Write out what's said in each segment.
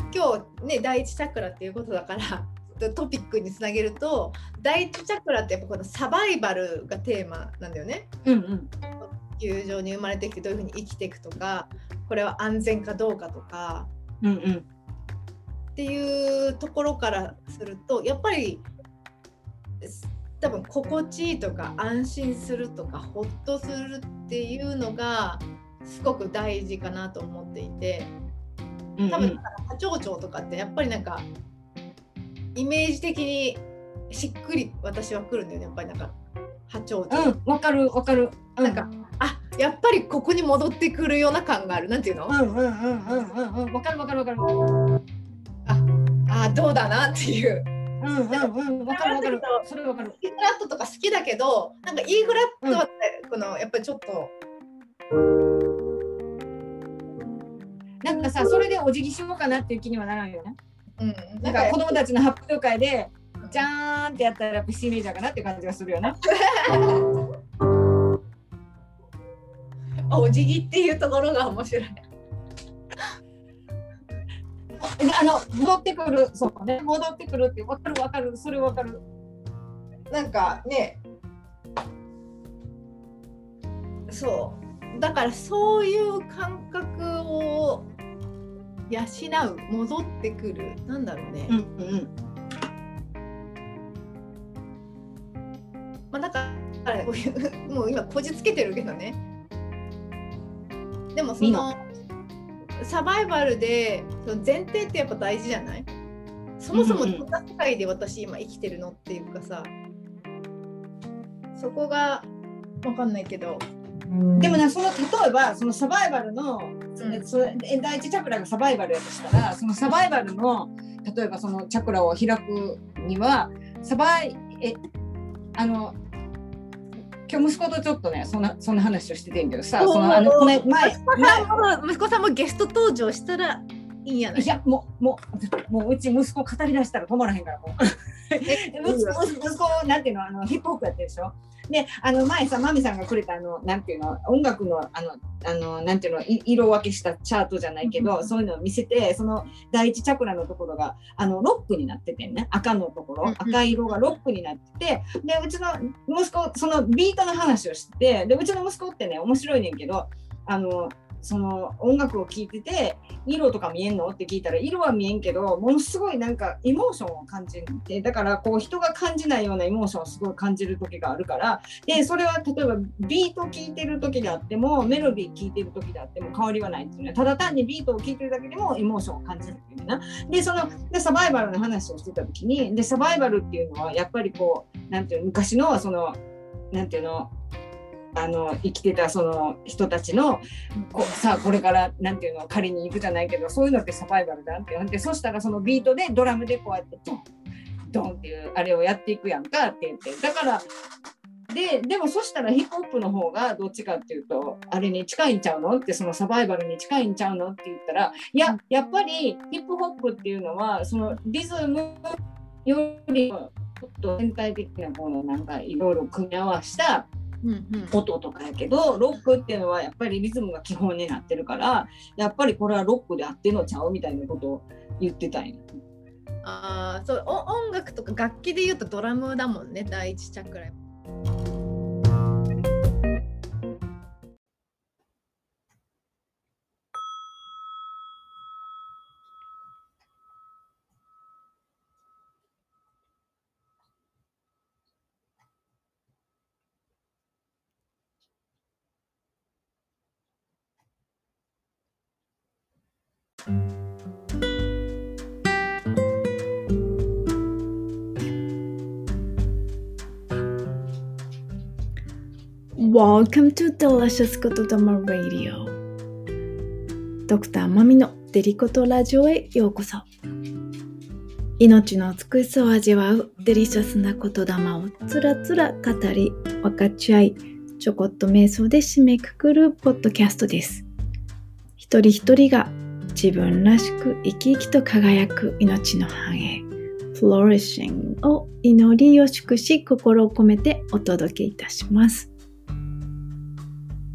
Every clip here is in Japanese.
今日ね第一チャクラっていうことだからトピックにつなげると、第一チャクラってやっぱこのサバイバルがテーマなんだよね。地球上に生まれてきてどういうふうに生きていくとか、これは安全かどうかとか、っていうところからすると、やっぱり多分心地いいとか安心するとかホッとするっていうのがすごく大事かなと思っていて、多分波長長とかってやっぱりなんかイメージ的にしっくり私は来るんだよね。やっぱりなんか波長長、 わかるわかる、 なんかやっぱりここに戻ってくるような感がある。なんていうの？ わかるわかるわかる。 どうだなっていう。 わかるわかる。それわかる。 E フラットとか好きだけど、なんか E フラットはこのやっぱりちょっとなんかさ、それでお辞儀しようかなっていう気にはならんよね。なんか子供たちの発表会でじゃーんってやったらやっぱシーメージャーかなっていう感じがするよね。 お辞儀っていうところが面白い。 戻ってくる、そうね、戻ってくるってわかるわかる、それわかる。 なんかね、そうだからそういう感覚を養う、戻ってくる、なんだろうね。だからこういうもう今こじつけてるけどね。でもそのサバイバルでその前提ってやっぱ大事じゃない？そもそもどんな世界で私今生きてるのっていうかさ、そこが分かんないけど。 でもね、その例えばそのサバイバルの、第一チャクラがサバイバルやとしたら、そのサバイバルの例えばそのチャクラを開くには今日息子とちょっとねそんな話をしててんけどさ、その息子さんもゲスト登場したらいいんやない？ いやもううち息子語り出したら止まらへんからもう息子なんていうのヒップホップやってるでしょ。で前さマミさんがくれたなんていうの音楽のなんていうの色分けしたチャートじゃないけど、そういうのを見せて、その第一チャクラのところがロックになっててね、赤のところ、赤色がロックになってて、でうちの息子そのビートの話をしてて、でうちの息子ってね面白いねんけどその音楽を聴いてて色とか見えんのって聞いたら、色は見えんけどものすごいなんかエモーションを感じて、だからこう人が感じないようなエモーションをすごい感じる時があるから、でそれは例えばビートを聴いてる時であってもメロディー聴いてる時であっても変わりはないっていうね。ただ単にビートを聴いてるだけでもエモーションを感じるっていうね。でサバイバルの話をしてた時に、でサバイバルっていうのはやっぱりこうなんていうの、昔のそのなんていうの生きてたその人たちのさあこれからなんていうの狩りに行くじゃないけど、そういうのってサバイバルだってで、そしたらそのビートでドラムでこうやってドンドンっていうあれをやっていくやんかって言って、だからでもそしたらヒップホップの方がどっちかっていうとあれに近いんちゃうのって、そのサバイバルに近いんちゃうのって言ったら、やっぱりヒップホップっていうのはそのリズムよりもちょっと全体的なこのなんかいろいろ組み合わせた音とかやけど、ロックっていうのはやっぱりリズムが基本になってるから、やっぱりこれはロックであってのちゃうみたいなことを言ってたんや。 そう音楽とか楽器で言うとドラムだもんね、第一チャクラ。Welcome to Delicious ことだま Radio。 ドクターマミのデリコトラジオへようこそ。命の美しさを味わうデリシャスな言霊をつらつら語り分かち合い、ちょこっと瞑想で締めくくるポッドキャストです。一人一人が自分らしく生き生きと輝く命の繁栄、フロリッシングを祈りよしくし、心を込めてお届けいたします。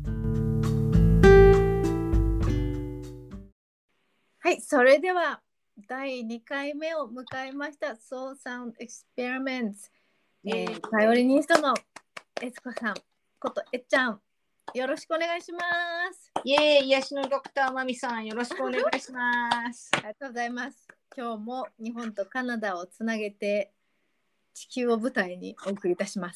はい、それでは第2回目を迎えました Soul Sound Experiments、バイオリニストのえつこさんことえっちゃん、よろしくお願いします。 イエーイ、癒しのドクターまみさん、よろしくお願いします。 ありがとうございます。今日も日本とカナダをつなげて地球を舞台にお送りいたします。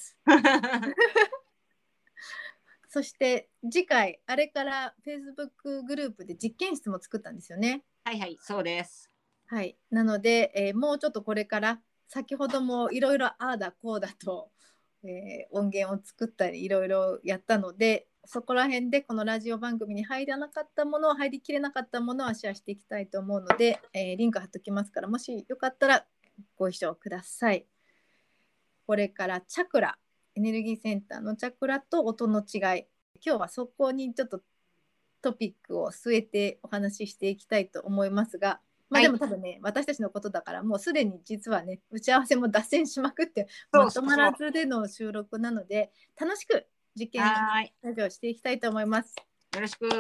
そして次回あれから Facebook グループで実験室も作ったんですよね。 はいはい、そうです。 はい、なので、もうちょっとこれから先ほどもいろいろああだこうだと、音源を作ったりいろいろやったので、そこら辺でこのラジオ番組に入らなかったもの、入りきれなかったものはシェアしていきたいと思うので、リンク貼っておきますから、もしよかったらご一緒ください。これからチャクラ、エネルギーセンターのチャクラと音の違い、今日はそこにちょっとトピックを据えてお話ししていきたいと思いますが、まあでも多分ね、私たちのことだからもうすでに実はね、打ち合わせも脱線しまくってまとまらずでの収録なので、楽しく実験作業していきたいと思います。 よろしく。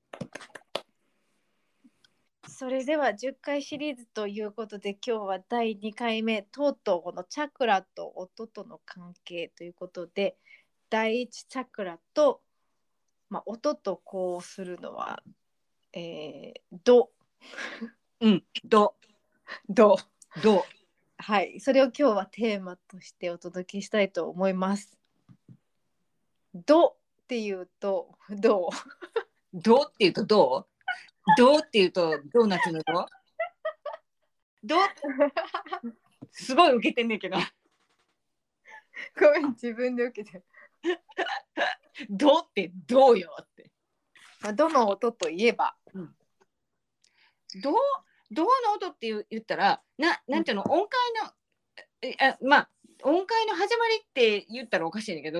それでは10回シリーズということで、今日は第2回目、とうとうこのチャクラと音との関係ということで、第1チャクラと、音とこうするのは、ド。 うん、ド。 はい、それを今日はテーマとしてお届けしたいと思います。ドっていうとどう？ ドっていうとどう？ドっていうとドーナツのド？すごい受けてんねんけど。 ごめん、自分で受けてる。 ドってどうよって。 ドの音といえば、 ドの音って言ったらなんていうの、音階の音階の始まりって言ったらおかしいんだけど、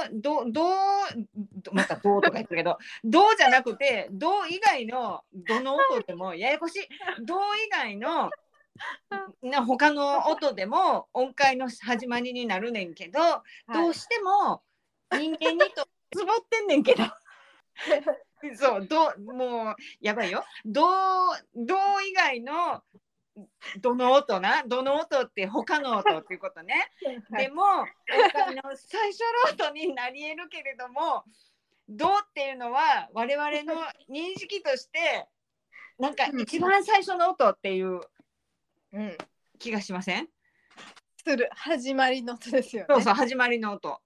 またドとか言ってるけど、ドじゃなくてド以外のドの音でもややこしい。ド以外の他の音でも音階の始まりになるねんけど、どうしても人間にとつぼってんねんけど。そうもうやばいよ。ド以外のどの音って他の音っていうことね。でも最初の音になり得るけれども、ドっていうのは我々の認識としてなんか一番最初の音っていう気がしません？ する始まりの音ですよね。 そうそう、始まりの音。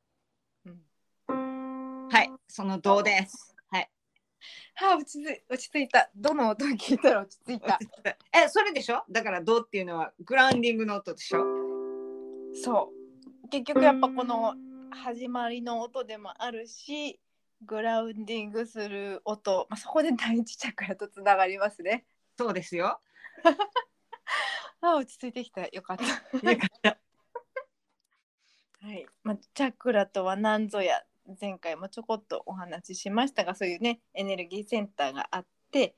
はい、そのドです。はい。 落ち着いた。どの音を聞いたら落ち着いた。 それでしょ？だからドっていうのはグラウンディングの音でしょ？ そう。結局やっぱこの始まりの音でもあるし、グラウンディングする音、そこで第一チャクラとつながりますね。 そうですよ。 落ち着いてきた。よかった。よかった。はい。チャクラとは何ぞや、前回もちょこっとお話ししましたが、そういうねエネルギーセンターがあって、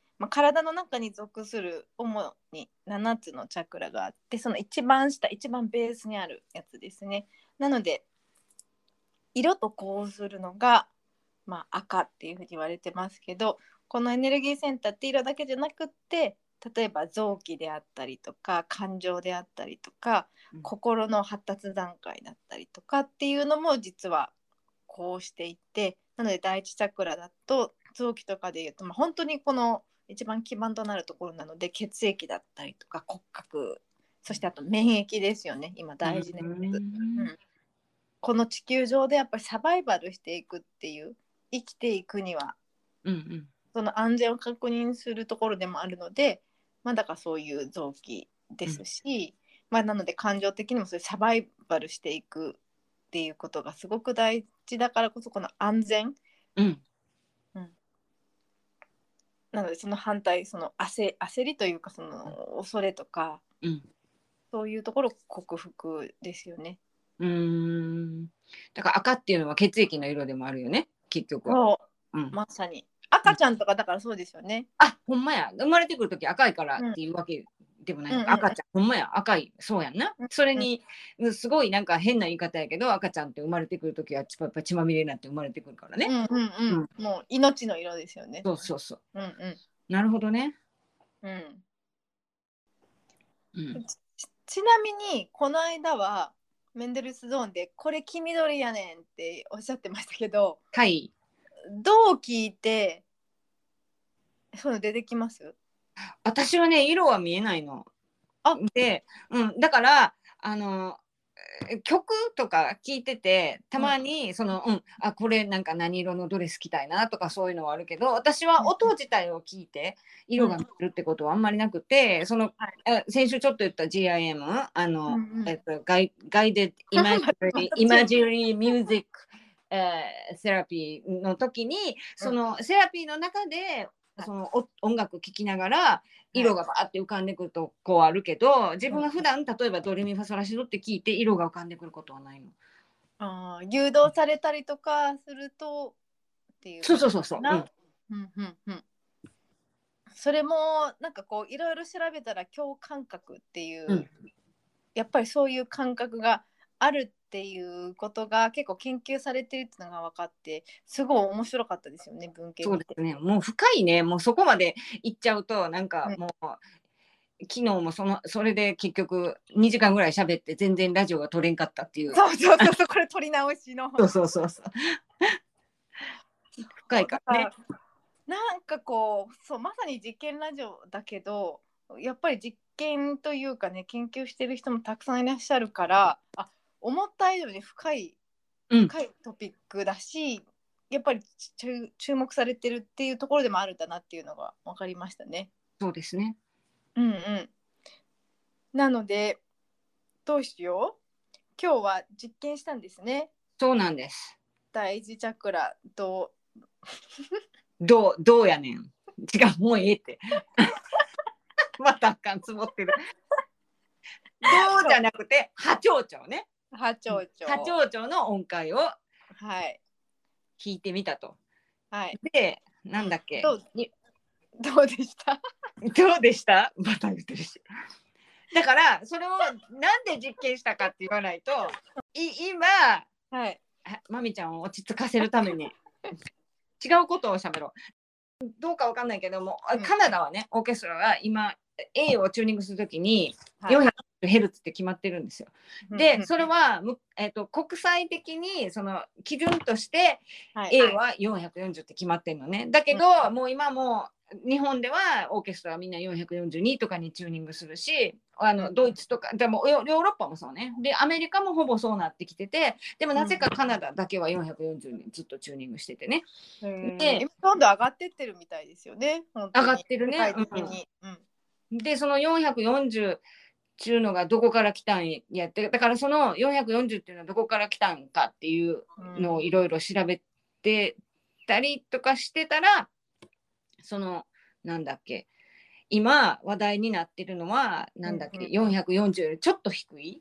体の中に属する主に7つのチャクラがあって、その一番下、一番ベースにあるやつですね。なので色とこうするのが、赤っていうふうに言われてますけど、このエネルギーセンターって色だけじゃなくって、例えば臓器であったりとか感情であったりとか、心の発達段階だったりとかっていうのも実はこうしていて、なので第一チャクラだと臓器とかでいうと、本当にこの一番基盤となるところなので、血液だったりとか骨格、そしてあと免疫ですよね、今大事なやつ。この地球上でやっぱりサバイバルしていくっていう、生きていくには、その安全を確認するところでもあるので、だからそういう臓器ですし、なので感情的にもそういうサバイバルしていくっていうことがすごく大事だからこそ、この安全、なのでその反対、その焦りというか、その恐れとか、そういうところ克服ですよね。 だから赤っていうのは血液の色でもあるよね、結局は。 まさに赤ちゃんとかだからそうですよね。 ほんまや。生まれてくるとき赤いからっていうわけでもないのか。赤ちゃん、ほんまや、赤い、そうやんな。それに、すごいなんか変な言い方やけど、赤ちゃんって生まれてくるときは血まみれになって生まれてくるからね。 もう命の色ですよね。 そう。なるほどね。 うん、 ちなみにこの間はメンデルスゾーンでこれ黄緑やねんっておっしゃってましたけど、 はい、 どう聞いてそういうの出てきます？ 私はね色は見えないのあで、だから曲とか聞いててたまにあこれなんか何色のドレス着たいなとかそういうのはあるけど、私は音自体を聞いて色が見えるってことはあんまりなくて、先週ちょっと言った GIM ガイデッイマジリーミュージックセラピーの時にそのセラピーの中でその音楽聴きながら色がバーって浮かんでくるとこうあるけど、自分が普段例えばドレミファソラシドって聞いて色が浮かんでくることはないの。 誘導されたりとかするとっていう。 そうそうそうそう。 それもなんかこういろいろ調べたら共感覚っていう、やっぱりそういう感覚があるっていうことが結構研究されてるっていうのが分かってすごい面白かったですよね、文献見て。 そうですね、もう深いね、もうそこまでいっちゃうとなんかもう、昨日もそれで結局2時間ぐらい喋って全然ラジオが撮れんかったっていう。 そうそうそうそう、これ撮り直しの。 そうそうそうそう。深いからね。 なんかこうそうまさに実験ラジオだけど、やっぱり実験というかね、研究してる人もたくさんいらっしゃるから、思った以上に深いトピックだし、やっぱり注目されてるっていうところでもあるんだなっていうのが分かりましたね。 そうですね。 なのでどうしよう、今日は実験したんですね。 そうなんです。 第一チャクラとどうやねん。違う、もうええってまたあかん、積もってる。どうじゃなくて波長長ね。 波長長の音階を弾いてみたと。で、なんだっけ。 どうでしたどうでしたまた言ってるし。だからそれをなんで実験したかって言わないと今、まみちゃんを落ち着かせるために違うことをしゃべろう。どうかわかんないけども、カナダはね、オーケストラが今 A をチューニングするときに 400Hz って決まってるんですよ。でそれは、国際的にその基準として A は440って決まってるのね。だけど、もう今も日本ではオーケストラみんな442とかにチューニングするし、ドイツとかでもヨーロッパもそうね。でアメリカもほぼそうなってきてて、でもなぜかカナダだけは440にずっとチューニングしててね。 で今どんどん上がってってるみたいですよね。 上がってるね。でその440っていうのがどこから来たんやって、だからその440っていうのはどこから来たんかっていうのをいろいろ調べてたりとかしてたら、そのなんだっけ、今話題になってるのはなんだっけ、440よりちょっと低い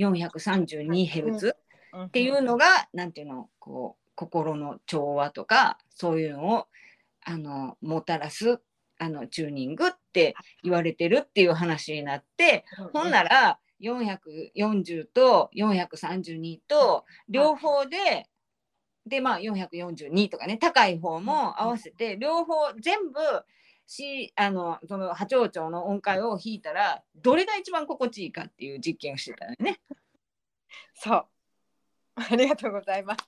432Hz っていうのがなんていうの、こう心の調和とかそういうのをもたらすチューニングって言われてるっていう話になって、ほんなら440と432と両方でまあ442とかね、高い方も合わせて両方全部その波長長の音階を弾いたらどれが一番心地いいかっていう実験をしてたよね。 そうありがとうございます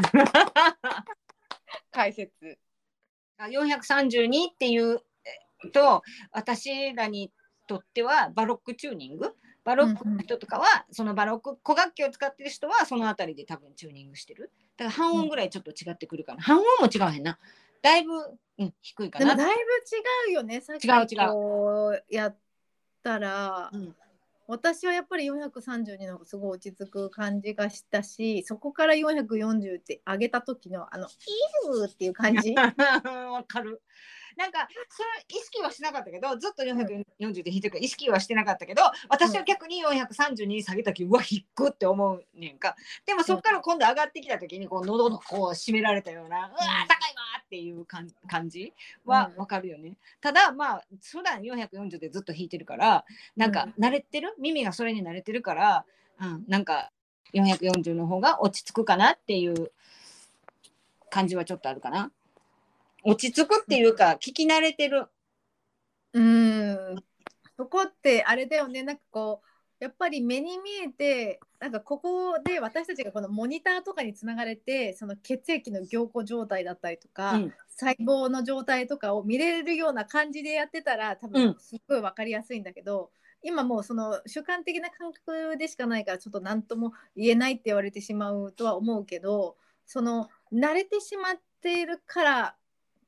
解説。 432っていうと私らにとってはバロックチューニング、バロックの人とかは、そのバロック古楽器を使ってる人はそのあたりで多分チューニングしてる。だから半音ぐらいちょっと違ってくるかな。半音も違うへんな。だいぶ、低いかな。 でもだいぶ違うよね。さっきこうやったら、私はやっぱり432の方がすごい落ち着く感じがしたし、そこから440って上げた時のイーっていう感じわかる。なんかそれ意識はしなかったけど、ずっと440で弾いてるから意識はしてなかったけど、私は逆に432に下げた時、うわ低くって思うねんか。でもそこから今度上がってきた時にこう喉のこう締められたような、うわ高いわっていう感じはわかるよね。ただまあ普段440でずっと弾いてるからなんか慣れてる、耳がそれに慣れてるから、なんか440の方が落ち着くかなっていう感じはちょっとあるかな。落ち着くっていうか聞き慣れてる。 そこってあれだよね、なんかこうやっぱり目に見えて、なんかここで私たちがこのモニターとかにつながれて、その血液の凝固状態だったりとか、細胞の状態とかを見れるような感じでやってたら多分すっごい分かりやすいんだけど、今もうその主観的な感覚でしかないからちょっと何とも言えないって言われてしまうとは思うけど、その慣れてしまっているから、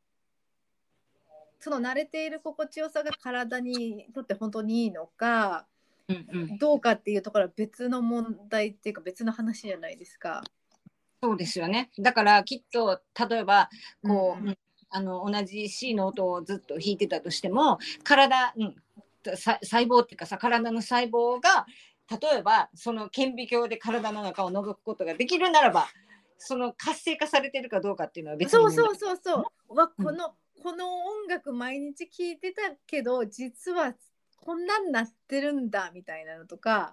その慣れている心地よさが体にとって本当にいいのか、どうかっていうところは別の問題っていうか別の話じゃないですか。 そうですよね。だからきっと例えばこう、同じ C の音をずっと弾いてたとしても体、細胞っていうかさ、体の細胞が例えばその顕微鏡で体の中を覗くことができるならば、その活性化されてるかどうかっていうのは別に問題。 そうこの音楽毎日聴いてたけど実はこんなんなってるんだみたいなのとか、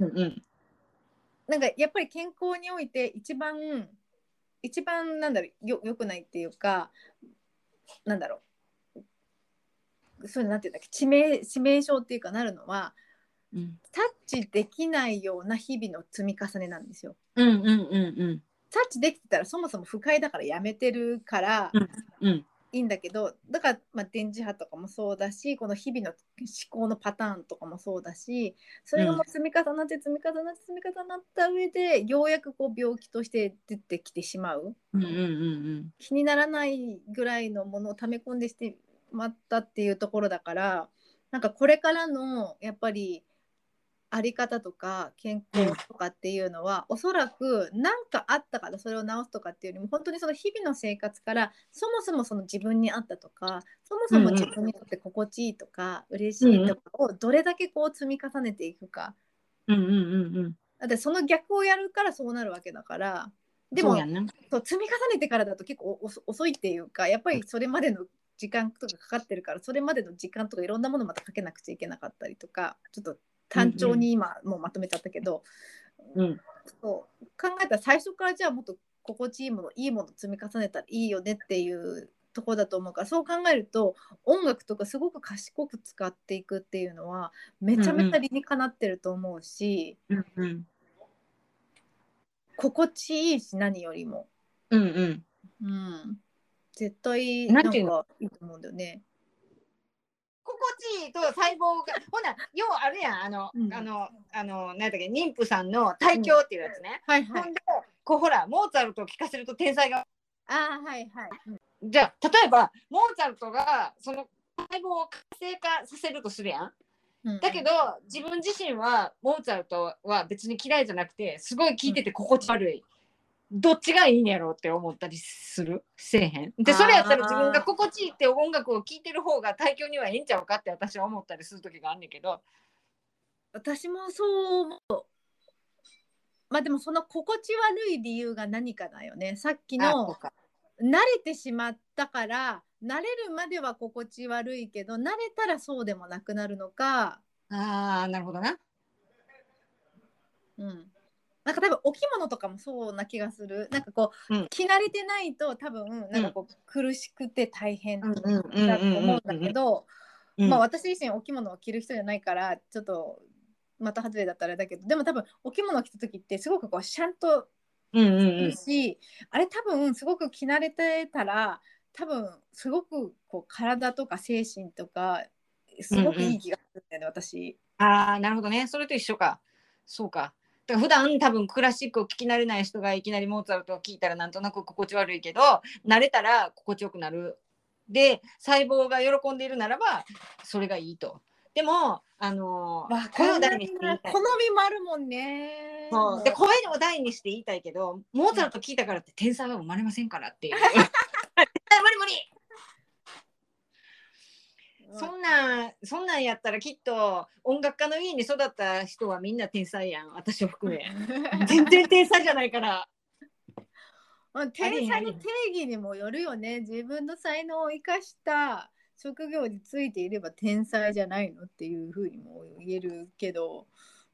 なんかやっぱり健康において一番なんだろう、よくないっていうか、なんだろう、そういうなんていうんだっけ、致命傷っていうかなるのは、タッチできないような日々の積み重ねなんですよ。タッチできてたらそもそも不快だからやめてるから、いいんだけど、だから、電磁波とかもそうだし、この日々の思考のパターンとかもそうだし、それがもう積み重なって積み重なって積み重なった上でようやくこう病気として出てきてしまう、気にならないぐらいのものを溜め込んでしてしまったっていうところだから、なんかこれからのやっぱりあり方とか健康とかっていうのは、おそらく何かあったからそれを治すとかっていうよりも、本当にその日々の生活からそもそもその自分に合ったとか、そもそも自分にとって心地いいとか、嬉しいとかをどれだけこう積み重ねていくか。だってその逆をやるからそうなるわけだから。でもそう積み重ねてからだと結構遅いっていうか、やっぱりそれまでの時間とかかかってるから、それまでの時間とかいろんなものまたかけなくちゃいけなかったりとか、ちょっと単調に今もうまとめちゃったけど、そう考えたら最初からじゃあもっと心地いいもの積み重ねたらいいよねっていうところだと思うから、そう考えると音楽とかすごく賢く使っていくっていうのはめちゃめちゃ理にかなってると思うし、心地いいし、何よりも、絶対なんかいいと思うんだよね。 心地いいと細胞がほな、要はあるやん、なんだっけ、妊婦さんの胎教っていうやつね。ほんでこうほらモーツァルトを聴かせると天才が、じゃあ例えばモーツァルトがその細胞を活性化させるとするやん。だけど自分自身はモーツァルトは別に嫌いじゃなくて、すごい聴いてて心地悪い。どっちがいいんやろうって思ったりするせえへんで、それやったら自分が心地いいって音楽を聴いてる方が胎教にはええんちゃうかって私は思ったりする時があんねんけど。 私もそう思う。でもその心地悪い理由が何かだよね。さっきの慣れてしまったから、慣れるまでは心地悪いけど慣れたらそうでもなくなるのか。 なるほどな。 なんか多分お着物とかもそうな気がする。なんかこう、着慣れてないと多分なんかこう苦しくて大変だと思うんだけど、私自身お着物を着る人じゃないからちょっとまた外れだったらあれだけど、でも多分お着物を着た時ってすごくこうシャンとするし、あれ多分すごく着慣れてたら多分すごくこう体とか精神とかすごくいい気がするんだよね、私。 なるほどね。それと一緒か。そうか。だから普段多分クラシックを聴き慣れない人がいきなりモーツァルトを聴いたらなんとなく心地悪いけど、慣れたら心地よくなる。で細胞が喜んでいるならばそれがいいと。でも声を大にして言いたい。 好みもあるもんね。 そうで、声を大にして言いたいけど、モーツァルト聞いたからって天才は生まれませんからっていう無理無理。そんなんやったらきっと音楽家の家に育った人はみんな天才やん、私を含め。全然天才じゃないから。 天才の定義にもよるよね。自分の才能を生かした職業についていれば天才じゃないのっていうふうにも言えるけど、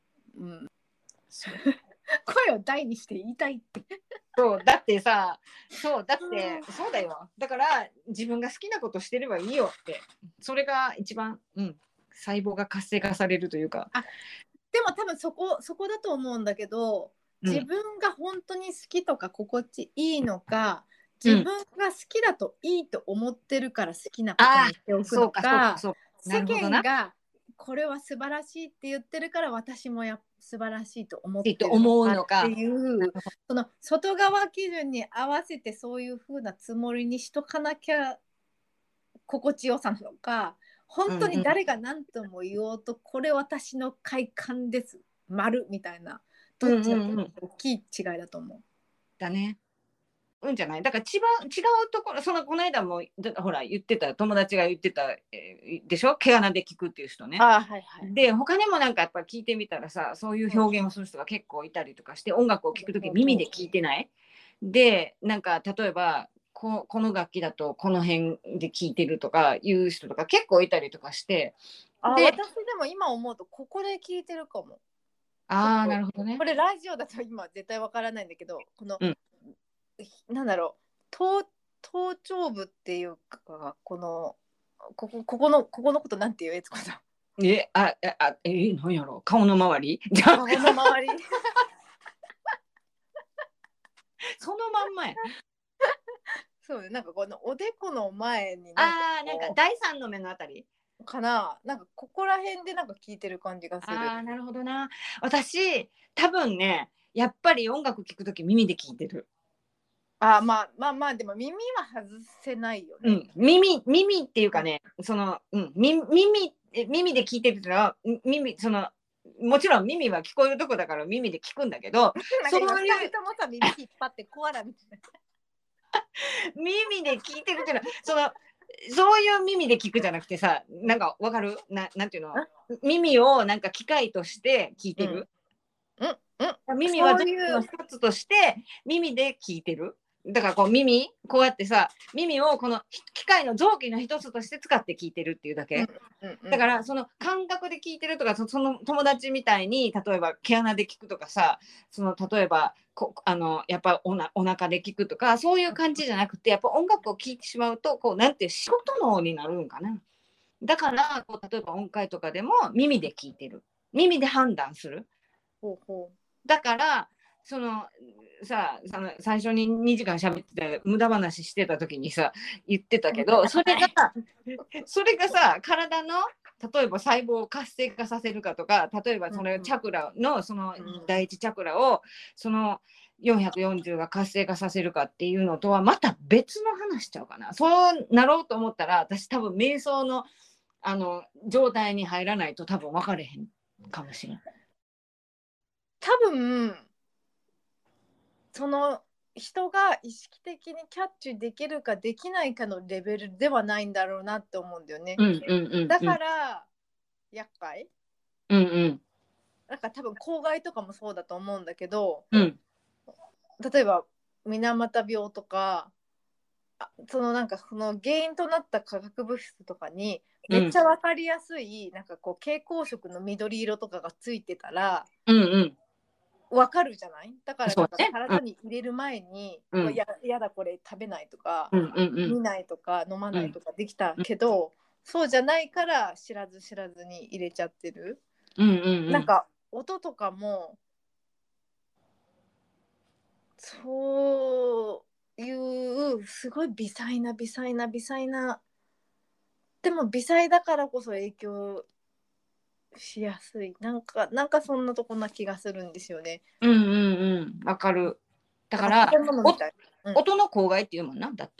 声を大にして言いたいってそうだってさ、そうだよ。だから自分が好きなことしてればいいよって、それが一番細胞が活性化されるというか。 でも多分そこだと思うんだけど、自分が本当に好きとか心地いいのか、自分が好きだといいと思ってるから好きなことにしておくのか、世間がこれは素晴らしいって言ってるから私も素晴らしいと思ってるのかっていう、その外側基準に合わせてそういう風なつもりにしとかなきゃ心地よさなのか、本当に誰が何とも言おうと、これ私の快感です丸みたいな、どっちだと大きい違いだと思う。 だね。じゃない。だから違うところ、この間もほら言ってた、友達が言ってた、でしょ、毛穴で聞くっていう人ね。で他にもなんかやっぱり聞いてみたらさ、そういう表現をする人が結構いたりとかして、音楽を聴くとき耳で聞いてない。でなんか例えばこの楽器だとこの辺で聴いてるとかいう人とか結構いたりとかして、 で私でも今思うとここで聞いてるかも。 なるほどね。 これラジオだと今絶対わからないんだけど、この、なんだろう、頭頂部っていうか、ここのことなんていう、悦子さん。 何やろう、顔の周り顔の周りそのまんまやそうね、なんかこのおでこの前になんか第三の目のあたりかな、なんかここら辺でなんか聞いてる感じがする。 なるほどな。私多分ね、やっぱり音楽聴くとき耳で聞いてる。 まあでも耳は外せないよね。 耳っていうかね、耳で聞いてるってのはもちろん耳は聞こえるとこだから耳で聞くんだけど、 そういう2人ともさ耳引っ張ってコアラみたいな耳で聞いてるっていうのはそういう耳で聞くじゃなくてさ、なんかわかる？なんていうの？耳をなんか機械として聞いてる。耳は一つとして耳で聞いてる。だからこうやってさ、耳をこの機械の臓器の一つとして使って聞いてるっていうだけ。だからその感覚で聞いてるとか、その友達みたいに例えば毛穴で聞くとかさ、例えばやっぱお腹で聞くとかそういう感じじゃなくて、やっぱ音楽を聴いてしまうとなんて仕事脳になるんかな。だから例えば音階とかでも耳で聞いてる、耳で判断する。だから最初に2時間喋ってて無駄話してた時にさ言ってたけど、それがさ体の例えば細胞を活性化させるかとか、例えばそのチャクラの第一チャクラを440が活性化させるかっていうのとはまた別の話しちゃうかな。そうなろうと思ったら私多分瞑想の状態に入らないと多分分かれへんかもしれない。 多分その人が意識的にキャッチできるかできないかのレベルではないんだろうなって思うんだよね。だから厄介。なんか多分公害とかもそうだと思うんだけど、例えば水俣病とかなんかその原因となった化学物質とかにめっちゃ分かりやすい、なんかこう蛍光色の緑色とかがついてたら、分かるじゃない。だから体に入れる前に、やだこれ食べないとか、見ないとか飲まないとかできたけど、そうじゃないから知らずに入れちゃってる。なんか音とかもそういうすごい微細なでも微細だからこそ影響しやすい、なんかそんなとこな気がするんですよね。 わかる。だから音の公害っていうもんな、だって。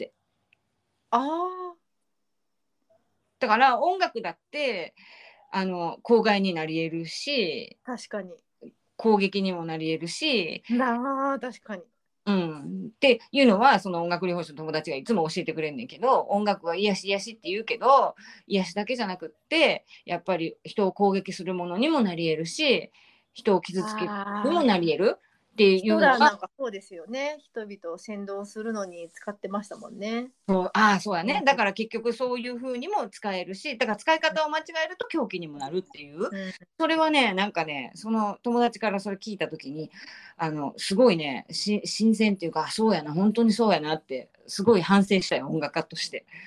だから音楽だって公害になり得るし、 確かに攻撃にもなり得るし、 確かに。 っていうのはその音楽療法士の友達がいつも教えてくれんねんけど、音楽は癒しって言うけど、癒しだけじゃなくってやっぱり人を攻撃するものにもなり得るし、人を傷つけるにもなり得るっていうのが、 なんかそうですよね。人々を扇動するのに使ってましたもんね。 そうやね。だから結局そういう風にも使えるし、だから使い方を間違えると狂気にもなるっていう、それはね、なんかね、その友達からそれ聞いた時にすごいね新鮮っていうか、そうやな、本当にそうやなってすごい反省したよ、音楽家として。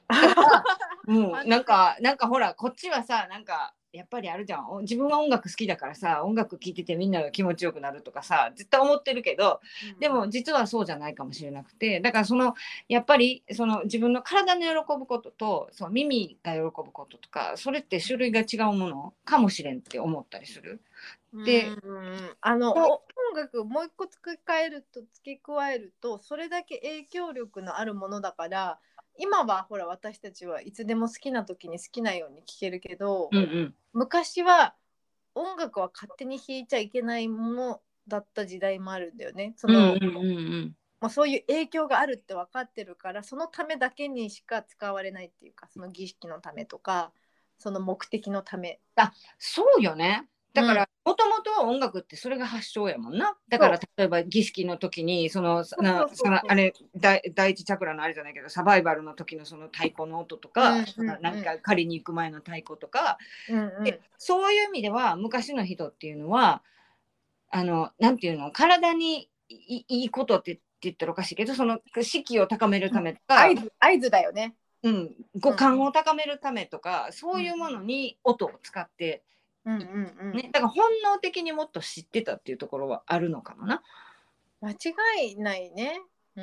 だからなんかほらこっちはさなんかやっぱりあるじゃん、自分は音楽好きだからさ音楽聴いててみんなが気持ちよくなるとかさ絶対思ってるけど、でも実はそうじゃないかもしれなくて、だからやっぱり自分の体の喜ぶことと耳が喜ぶこととかそれって種類が違うものかもしれんって思ったりする。で、 音楽をもう一個付け加えるとそれだけ影響力のあるものだから、今はほら私たちはいつでも好きな時に好きなように聴けるけど、昔は音楽は勝手に弾いちゃいけないものだった時代もあるんだよね。そういう影響があるって分かってるからそのためだけにしか使われないっていうか、その儀式のためとかその目的のため。 そうよね。だからもともと音楽ってそれが発祥やもんな。だから例えば儀式の時にあれ第一チャクラのあれじゃないけどサバイバルの時のその太鼓の音とか、なんか狩りに行く前の太鼓とか、そういう意味では昔の人っていうのはなんていうの、体にいいことって言ったらおかしいけど士気を高めるためとか、 合図だよね。 五感を高めるためとか、そういうものに音を使って、だから本能的にもっと知ってたっていうところはあるのかもな。 間違いないね。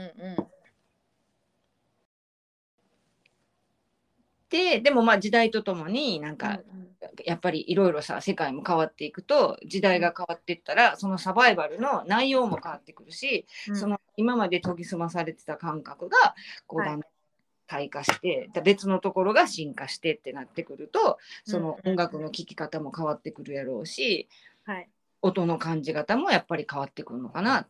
でもまあ時代とともになんか、やっぱりいろいろさ世界も変わっていくと時代が変わっていったらそのサバイバルの内容も変わってくるし、今まで研ぎ澄まされてた感覚がこうだんだん退化して、別のところが進化してってなってくるとその音楽の聴き方も変わってくるやろうし、音の感じ方もやっぱり変わってくるのかなって。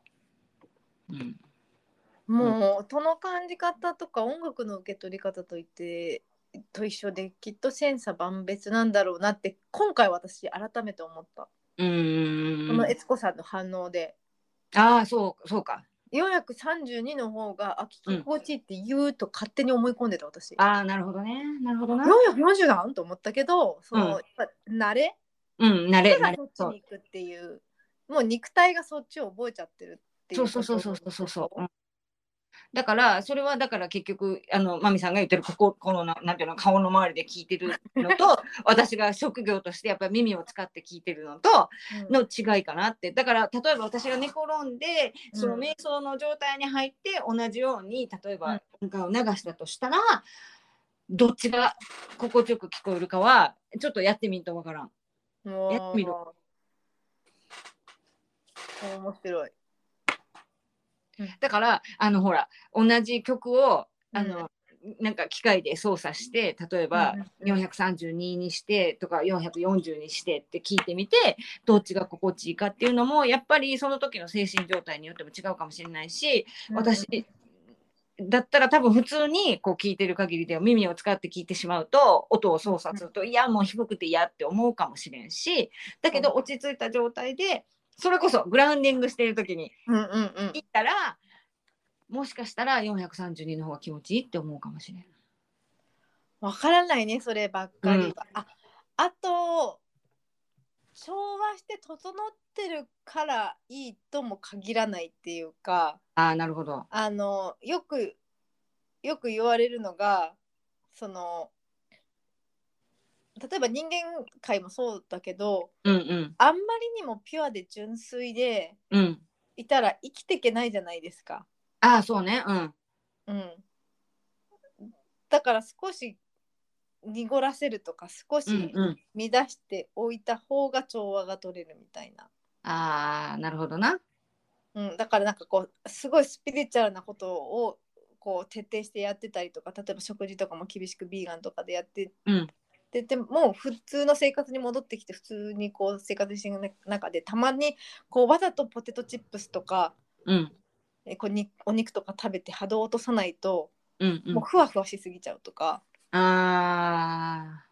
もう音の感じ方とか音楽の受け取り方と一緒できっと千差万別なんだろうなって今回私改めて思った。この悦子さんの反応で。 そうか。 432の方が聞き心地いいって言うと勝手に思い込んでた私。 なるほどね。なるほどな。 440なんと思ったけど、慣れ慣れそっちに行くっていう、もう肉体がそっちを覚えちゃってるっていう。 そう。だからそれはだから結局マミさんが言ってるこのなんていうの顔の周りで聞いてるのと私が職業としてやっぱり耳を使って聞いてるのとの違いかなって。だから例えば私が寝転んでその瞑想の状態に入って同じように例えば音楽を流したとしたら、どっちが心地よく聞こえるかはちょっとやってみんとわからん。やってみろ。 面白い。 だからほら同じ曲をなんか機械で操作して例えば432にしてとか440にしてって聞いてみてどっちが心地いいかっていうのもやっぱりその時の精神状態によっても違うかもしれないし、私だったら多分普通にこう聞いてる限りでは耳を使って聞いてしまうと音を操作するといやもう低くて嫌って思うかもしれんし、だけど落ち着いた状態でそれこそグラウンディングしてる時に行ったら、もしかしたら432の方が気持ちいいって思うかもしれない。 わからないねそればっかりは。あと調和して整ってるからいいとも限らないっていうか。 なるほど。 よく言われるのが例えば人間界もそうだけど、あんまりにもピュアで純粋でいたら生きていけないじゃないですか。 そうね。 だから少し濁らせるとか少し乱しておいた方が調和が取れるみたいな。なるほどな。 だからなんかこうすごいスピリチュアルなことをこう徹底してやってたりとか、例えば食事とかも厳しくビーガンとかでやってでも普通の生活に戻ってきて普通にこう生活している中でたまにこうわざとポテトチップスとか、こうお肉とか食べて波動を落とさないと、もうふわふわしすぎちゃうとか。 な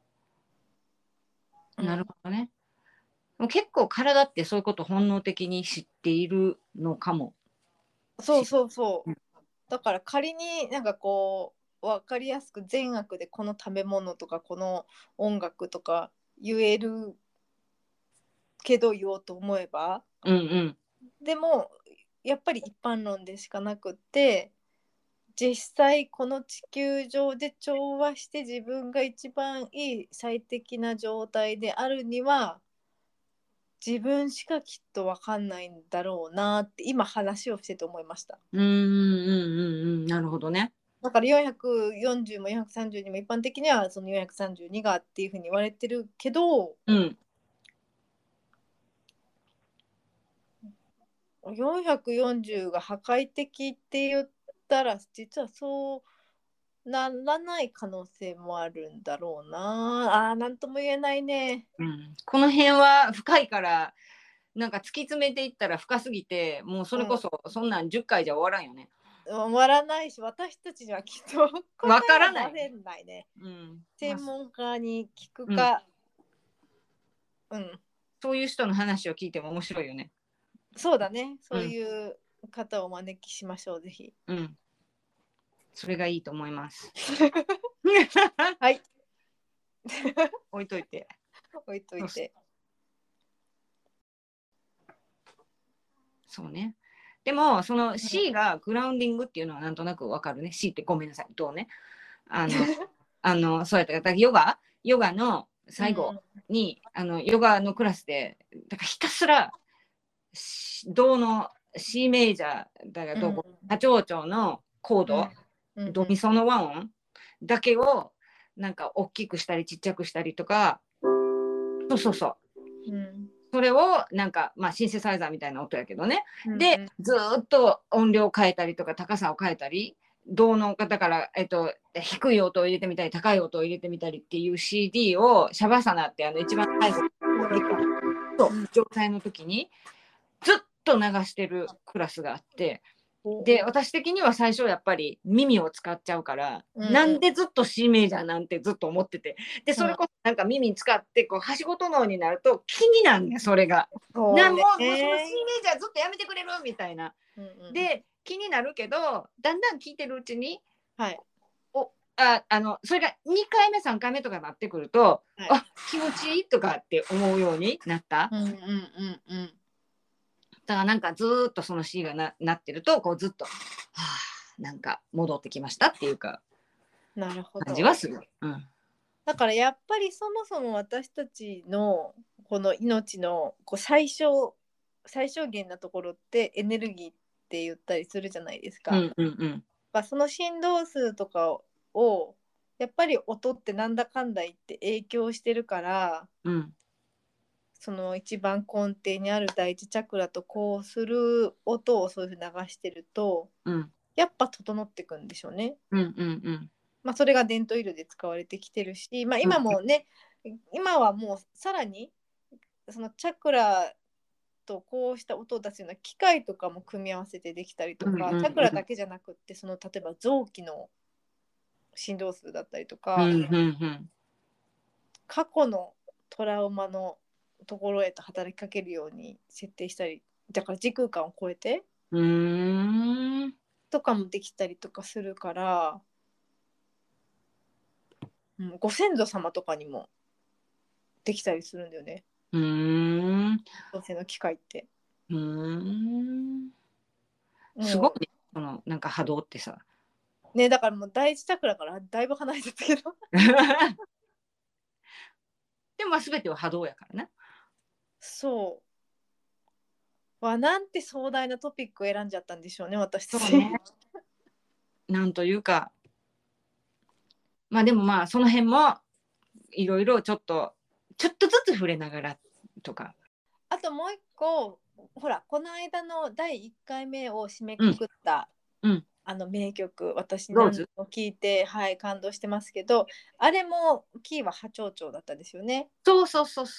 るほどね。結構体ってそういうこと本能的に知っているのかも。 そう。だから仮になんかこう分かりやすく善悪でこの食べ物とかこの音楽とか言えるけど言おうと思えば、でもやっぱり一般論でしかなくって、 実際この地球上で調和して自分が一番いい最適な状態であるには自分しかきっと分かんないんだろうなって今話をしてて思いました。 なるほどね。 だから440も430にも一般的にはその432がっていうふうに言われてるけど、 うん。 440が破壊的って言ったら実はそうならない可能性もあるんだろうな。なんとも言えないね。 この辺は深いからなんか突き詰めていったら深すぎてもうそれこそそんなん10回じゃ終わらんよね。 終わらないし私たちにはきっとわからない。 答えは出せないね。専門家に聞くか、 そういう人の話を聞いても面白いよね。 そうだね。そういう方をお招きしましょう、ぜひ。 それがいいと思います。 はい。 置いといて。そうね。でもその C がグラウンディングっていうのはなんとなくわかるね。C ってごめんなさい。どうね。そうやったヨガの最後に、ヨガのクラスでだからひたすら銅の C メジャーだから波長長のコード、ドミソの和音だけをなんか大きくしたりちっちゃくしたりとか、そう、それをなんかシンセサイザーみたいな音やけどね、でずっと音量を変えたりとか高さを変えたり銅のだから、低い音を入れてみたり高い音を入れてみたりっていう CD をシャバサナって一番最後の状態の時にずっと流してるクラスがあって、で私的には最初やっぱり耳を使っちゃうから、なんでずっと C メジャーなんてずっと思ってて、でそれこそなんか耳使ってこうはしごとのになると気になんねそれが。もうその C メジャーずっとやめてくれるみたいな。で気になるけどだんだん聞いてるうちに、それが2回目3回目とかなってくると、気持ちいいとかって思うようになった。だからなんかずっとその C が なってるとこうずっとなんか戻ってきましたっていうか感じはする。 だからやっぱりそもそも私たちのこの命のこう最小限なところってエネルギーって言ったりするじゃないですか。その振動数とかをやっぱり音ってなんだかんだ言って影響してるから、その一番根底にある第一チャクラとこうする音をそういうふうに流してると、やっぱ整っていくんでしょうね。それが伝統医療で使われてきてるし、今もね、今はもうさらにそのチャクラとこうした音を出すような機械とかも組み合わせてできたりとか、チャクラだけじゃなくってその例えば臓器の振動数だったりとか、過去のトラウマのところへと働きかけるように設定したり、だから時空間を超えてとかもできたりとかするから、ご先祖様とかにもできたりするんだよね。同性の機械って。 すごいね、そのなんか波動ってさ。 ね、だからもう第一チャクラからだいぶ離れてたけど。 でも全ては波動やからね。 そう。なんて壮大なトピックを選んじゃったんでしょうね、私たち。 なんというか、でもその辺もいろいろちょっとずつ触れながらとか。 あともう一個、ほらこの間の第1回目を締めくくった、名曲、私何度も聞いて、感動してますけど、あれもキーは波長長だったですよね。 そう。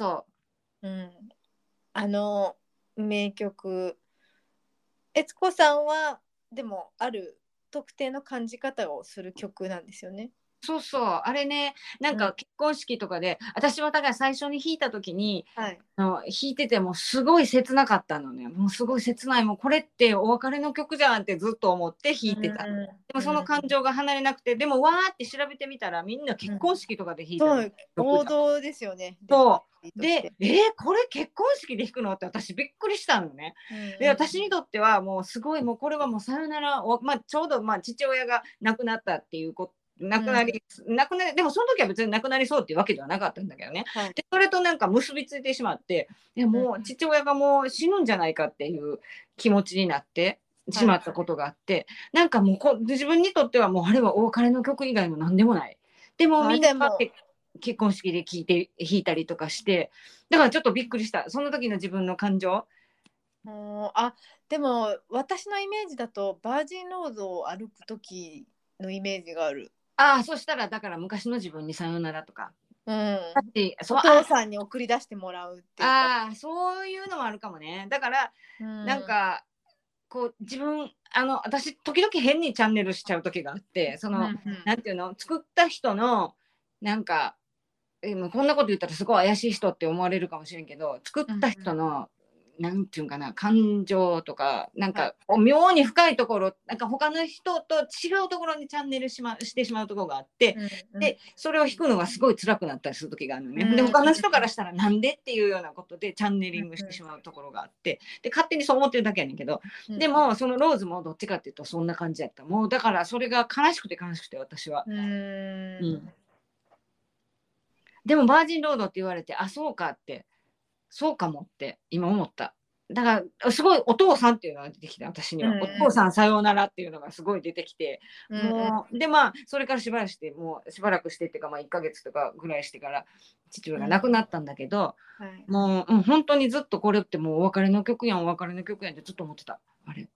名曲、悦子さんはでもある特定の感じ方をする曲なんですよね。 そうそう、あれね、なんか結婚式とかで、私はだから最初に弾いた時に、 はい。 弾いててもすごい切なかったのね。もうすごい切ない、もうこれってお別れの曲じゃんってずっと思って弾いてた。でもその感情が離れなくて、でもわーって調べてみたらみんな結婚式とかで弾いたそう、 曲だ。 王道ですよね。 そレう。で、 パートリーとして。 これ結婚式で弾くのって私びっくりしたのね。で、私にとってはもうすごい、もうこれはもうさよならを、まあ、ちょうどまあ父親が亡くなったっていうこと、でもその時は別に亡くなりそうっていうわけではなかったんだけどね。 はい。 で、それとなんか結びついてしまって、もう父親がもう死ぬんじゃないかっていう気持ちになってしまったことがあって、なんかもう自分にとってはもうあれはお別れの曲以外も何でもない。でもみんな結婚式で弾いたりとかして、だからちょっとびっくりした。その時の自分の感情。 でも私のイメージだとバージンロードを歩く時のイメージがある。 ああ、そしたらだから昔の自分にさよならとか。 うん、 だってお父さんに送り出してもらうっていうか。 ああ、そういうのもあるかもね。だから、なんか、こう自分、私、時々変にチャンネルしちゃう時があって、なんていうの、作った人の、なんか、こんなこと言ったらすごい怪しい人って思われるかもしれんけど、作った人の、なんていうかな、感情とか、なんか、妙に深いところ、なんか他の人と違うところにチャンネルしてしまうところがあって、で、それを弾くのがすごい辛くなったりする時があるのね。で、他の人からしたらなんでっていうようなことでチャンネリングしてしまうところがあって、で、勝手にそう思ってるだけやねんけど、でも、そのローズもどっちかっていうとそんな感じやった。もう、だからそれが悲しくて悲しくて、私は。でもバージンロードって言われて、あ、そうかって、そうかもって今思った。だからすごいお父さんっていうのが出てきて、私には、お父さんさようならっていうのがすごい出てきて、もうでまあそれからしばらくしてっていうか、まあ1ヶ月とかぐらいしてから父親が亡くなったんだけど、もう、本当にずっとこれってもうお別れの曲やんってずっと思ってた。あれ。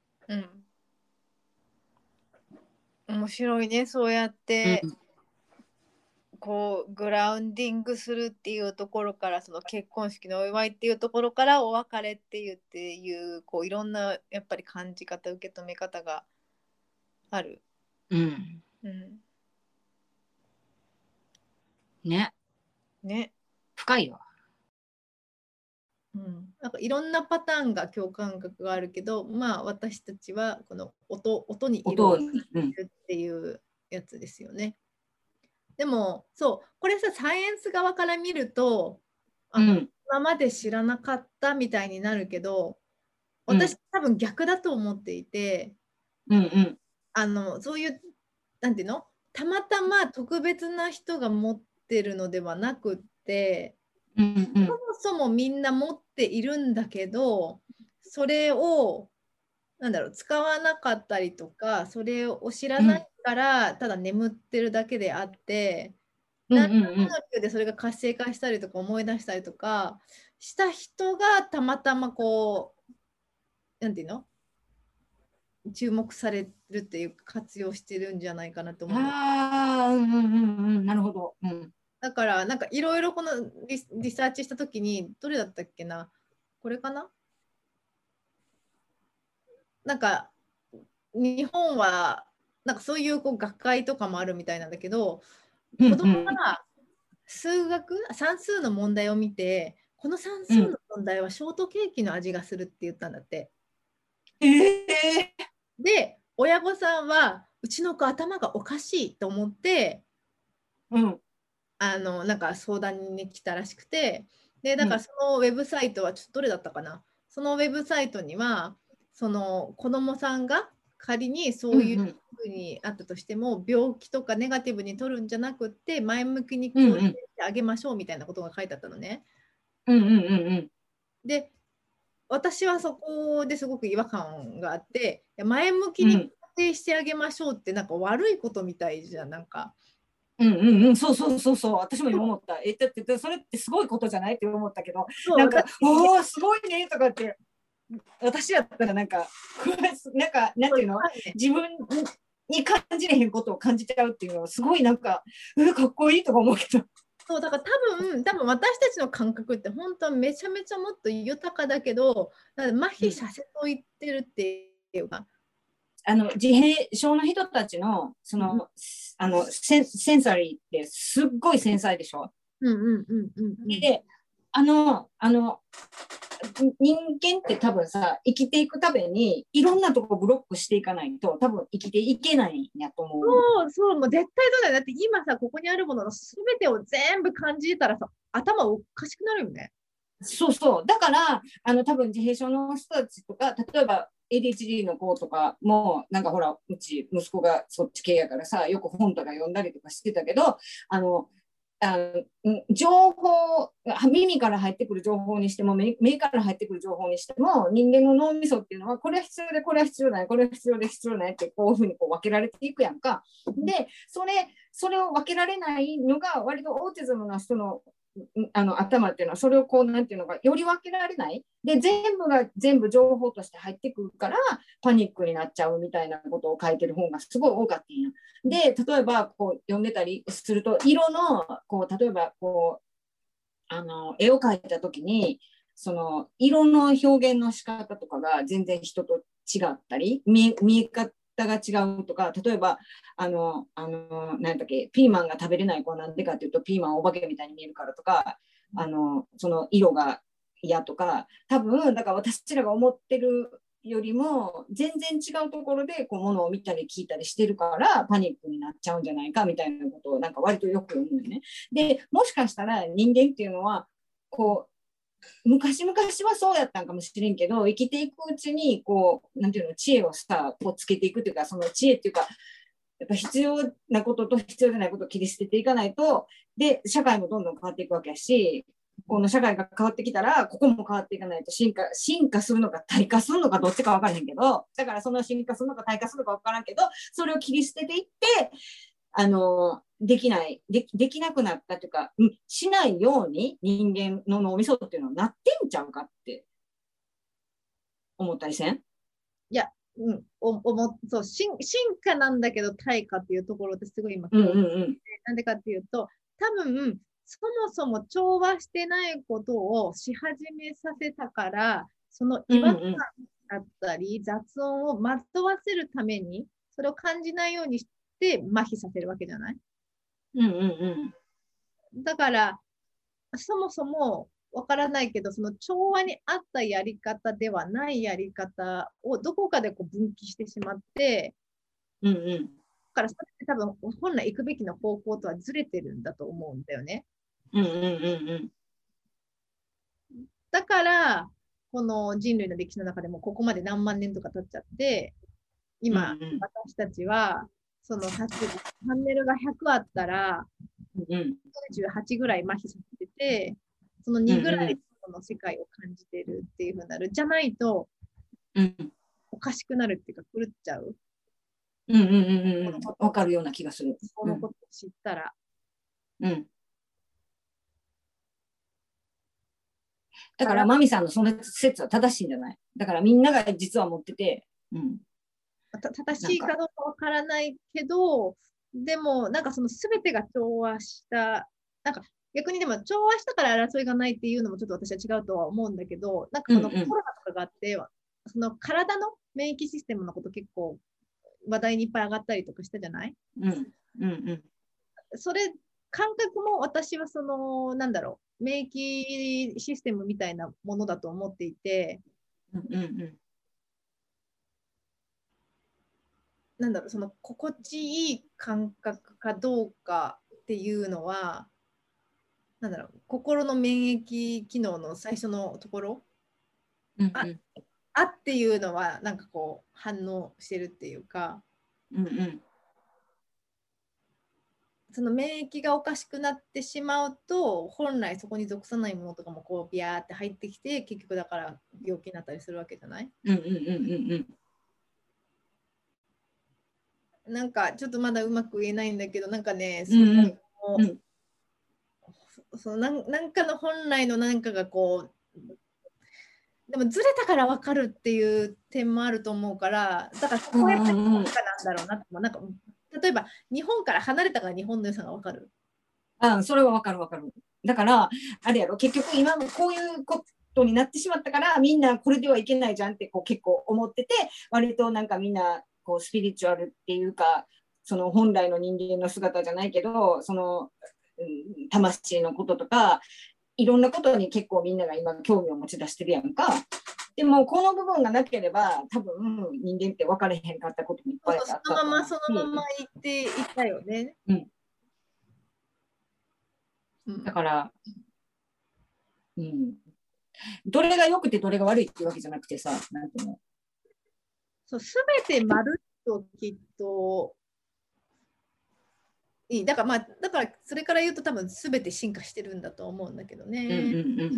面白いね、そうやって。こうグラウンディングするっていうところから、その結婚式のお祝いっていうところからお別れっていうこういろんなやっぱり感じ方、受け止め方がある。 ね。深いよ。 なんかいろんなパターンが共感覚があるけど、まあ私たちはこの音に色を入れるっていうやつですよね。でもそうこれさ、サイエンス側から見ると今まで知らなかったみたいになるけど、私多分逆だと思っていて、そういうなんていうの、たまたま特別な人が持ってるのではなくって、そもそもみんな持っているんだけど、それをなんだろう、使わなかったりとか、それを知らないからただ眠ってるだけであって、何らかの理由でそれが活性化したりとか思い出したりとかした人がたまたまこうなんていうの、注目されるっていう活用してるんじゃないかなと思う。 なるほど。 だからなんかいろいろこのリサーチしたときに、どれだったっけな、これかな、なんか日本はなんかそういうこう学会とかもあるみたいなんだけど、子供が算数の問題を見て、この算数の問題はショートケーキの味がするって言ったんだって。で、親御さんはうちの子頭がおかしいと思って、なんか相談に来たらしくて、でだからそのウェブサイトはちょっとどれだったかな、そのウェブサイトにはその子どもさんが仮にそういうふうにあったとしても、病気とかネガティブに取るんじゃなくって前向きに教えてあげましょうみたいなことが書いてあったのね。で私はそこですごく違和感があって、前向きに肯定してあげましょうってなんか悪いことみたいじゃん、なんか。 そう、私も今思った。だってそれってすごいことじゃないって思ったけど、なんか「おおすごいね」とかって、私やったらなんかなんていうの、自分に感じれへんことを感じちゃうっていうのはすごいなんかかっこいいとか思うけど。 そうだから多分私たちの感覚って本当はめちゃめちゃもっと豊かだけど、麻痺させといてるっていうか。 自閉症の人たちのセンサリーってすっごい繊細でしょ。で、人間って多分さ、生きていくためにいろんなとこブロックしていかないと多分生きていけないんやと思う。そう、もう絶対そうだよ。だって今さ、ここにあるものの全てを全部感じたらさ、頭おかしくなるよね。 そうそう。だから、多分自閉症の人たちとか、例えば ADHD の子とかも、なんかほら、うち息子がそっち系やからさ、よく本とか読んだりとかしてたけど、情報、耳から入ってくる情報にしても目から入ってくる情報にしても、人間の脳みそっていうのはこれは必要でこれは必要ない、これは必要で必要ないってこういうふうにこう分けられていくやんか。でそれを分けられないのが割とオーティズムの人の頭っていうのはそれをこうなんていうのかより分けられないで全部が全部情報として入ってくるからパニックになっちゃうみたいなことを書いてる本がすごい多かったんや。で例えばこう読んでたりすると色のこう例えばこう絵を描いた時にその色の表現の仕方とかが全然人と違ったり見え方が違うとか、例えばなんだっけ、ピーマンが食べれない子はなんでかっていうとピーマンお化けみたいに見えるからとか、その色が嫌とか、多分だから私らが思ってるよりも全然違うところでこう物を見たり聞いたりしてるからパニックになっちゃうんじゃないかみたいなことをなんか割とよく読むよね。でもしかしたら人間っていうのはこう昔々はそうやったんかもしれんけど生きていくうちにこうなんていうの知恵をさこうつけていくっていうか、その知恵っていうかやっぱ必要なことと必要じゃないことを切り捨てていかないと、で社会もどんどん変わっていくわけやし、この社会が変わってきたらここも変わっていかないと進化するのか退化するのかどっちか分からへんけど、だからその進化するのか退化するのか分からんけど、それを切り捨てていってできなくなったというか、しないように人間の脳みそっていうのはなってんちゃうかって思ったりせん？ いや、そう進化なんだけど退化っていうところってすごい今、なんでかっていうと、多分そもそも調和してないことをし始めさせたから、その違和感だったり、雑音を惑わせるためにそれを感じないようにして麻痺させるわけじゃない？だからそもそもわからないけど、その調和に合ったやり方ではないやり方をどこかでこう分岐してしまって、だからそれって多分本来行くべきの方向とはずれてるんだと思うんだよね。だからこの人類の歴史の中でもここまで何万年とか経っちゃって、今、私たちはそのチャンネルが100あったら98ぐらい麻痺させてて、その2ぐらいこの世界を感じてるっていう風になる。じゃないとおかしくなるっていうか狂っちゃう。 わかるような気がする。 このことを知ったら。 だからマミさんのその説は正しいんじゃない？だからみんなが実は持ってて、 正しいかどうかわからないけど、でもなんかその全てが調和した、なんか逆にでも調和したから争いがないっていうのもちょっと私は違うとは思うんだけど、なんかこのコロナとかがあって、その体の免疫システムのこと結構話題にいっぱい上がったりとかしたじゃない？それ感覚も私はそのなんだろう、免疫システムみたいなものだと思っていて、なんだろう、その心地いい感覚かどうかっていうのは、なんだろう、心の免疫機能の最初のところ、あっていうのはなんかこう反応してるっていうか、その免疫がおかしくなってしまうと本来そこに属さないものとかもこうビャーって入ってきて、結局だから病気になったりするわけじゃない？なんかちょっとまだうまく言えないんだけど、なんかね、そのなんかの本来のなんかがこう、でもずれたから分かるっていう点もあると思うから、だからこうやって文化なんだろうなって、なんか例えば日本から離れたから日本の良さが分かる。 それは分かる分かる。だからあれやろ、結局今もこういうことになってしまったからみんなこれではいけないじゃんってこう結構思ってて、割となんかみんなこうスピリチュアルっていうか、その本来の人間の姿じゃないけど、その、魂のこととかいろんなことに結構みんなが今興味を持ち出してるやんか。でもこの部分がなければ多分人間って分かれへんかったこともいっぱいあったと思うし。 そのまま言っていたよね。 だから、どれが良くてどれが悪いっていうわけじゃなくてさ、なんていうの。 そう、全てまるっときっといい。だからそれから言うと多分全て進化してるんだと思うんだけどね。